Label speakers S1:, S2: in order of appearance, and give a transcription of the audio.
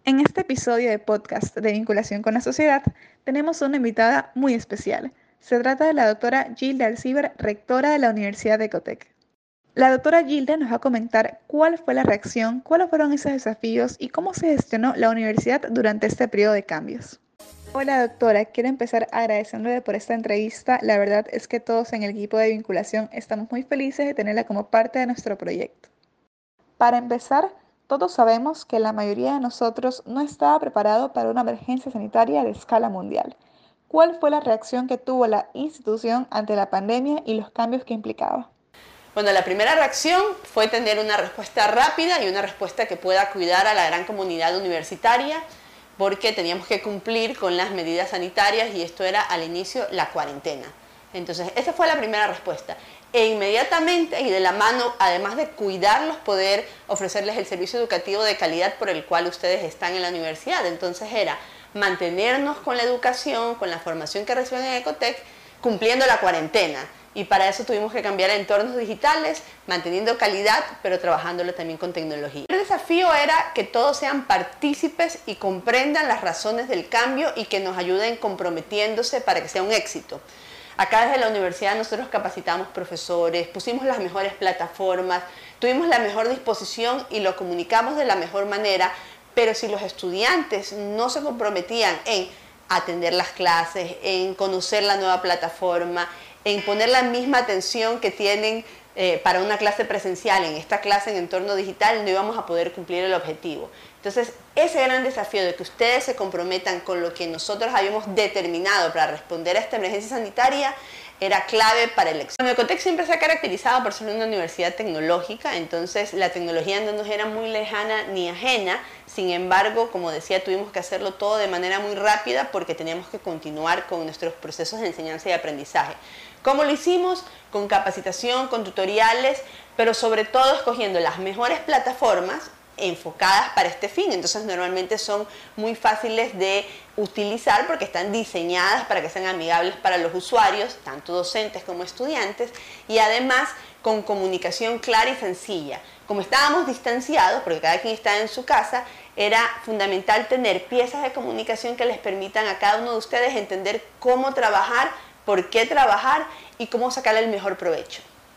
S1: En este episodio de podcast de vinculación con la sociedad, tenemos una invitada muy especial. Se trata de la doctora Gilda Alcibar, rectora de la Universidad de Ecotec. La doctora Gilda nos va a comentar cuál fue la reacción, cuáles fueron esos desafíos y cómo se gestionó la universidad durante este periodo de cambios. Hola doctora, quiero empezar agradeciéndole por esta entrevista. La verdad es que todos en el equipo de vinculación estamos muy felices de tenerla como parte de nuestro proyecto. Para empezar, todos sabemos que la mayoría de nosotros no estaba preparado para una emergencia sanitaria de escala mundial. ¿Cuál fue la reacción que tuvo la institución ante la pandemia y los cambios que implicaba?
S2: Bueno, la primera reacción fue tener una respuesta rápida y una respuesta que pueda cuidar a la gran comunidad universitaria, porque teníamos que cumplir con las medidas sanitarias y esto era al inicio la cuarentena. Entonces, esa fue la primera respuesta. E inmediatamente y de la mano, además de cuidarlos, poder ofrecerles el servicio educativo de calidad por el cual ustedes están en la universidad. Entonces era mantenernos con la educación, con la formación que reciben en Ecotec, cumpliendo la cuarentena. Y para eso tuvimos que cambiar a entornos digitales, manteniendo calidad, pero trabajándolo también con tecnología. El desafío era que todos sean partícipes y comprendan las razones del cambio y que nos ayuden comprometiéndose para que sea un éxito. Acá desde la universidad nosotros capacitamos profesores, pusimos las mejores plataformas, tuvimos la mejor disposición y lo comunicamos de la mejor manera, pero si los estudiantes no se comprometían en atender las clases, en conocer la nueva plataforma, en poner la misma atención que tienen para una clase presencial en esta clase en entorno digital, no íbamos a poder cumplir el objetivo. Entonces, ese gran desafío de que ustedes se comprometan con lo que nosotros habíamos determinado para responder a esta emergencia sanitaria era clave para el éxito. Ecotec siempre se ha caracterizado por ser una universidad tecnológica, entonces la tecnología no nos era muy lejana ni ajena. Sin embargo, como decía, tuvimos que hacerlo todo de manera muy rápida porque teníamos que continuar con nuestros procesos de enseñanza y aprendizaje. ¿Cómo lo hicimos? Con capacitación, con tutoriales, pero sobre todo escogiendo las mejores plataformas enfocadas para este fin. Entonces normalmente son muy fáciles de utilizar porque están diseñadas para que sean amigables para los usuarios, tanto docentes como estudiantes, y además con comunicación clara y sencilla. Como estábamos distanciados, porque cada quien está en su casa, era fundamental tener piezas de comunicación que les permitan a cada uno de ustedes entender cómo trabajar, por qué trabajar y cómo sacarle el mejor provecho.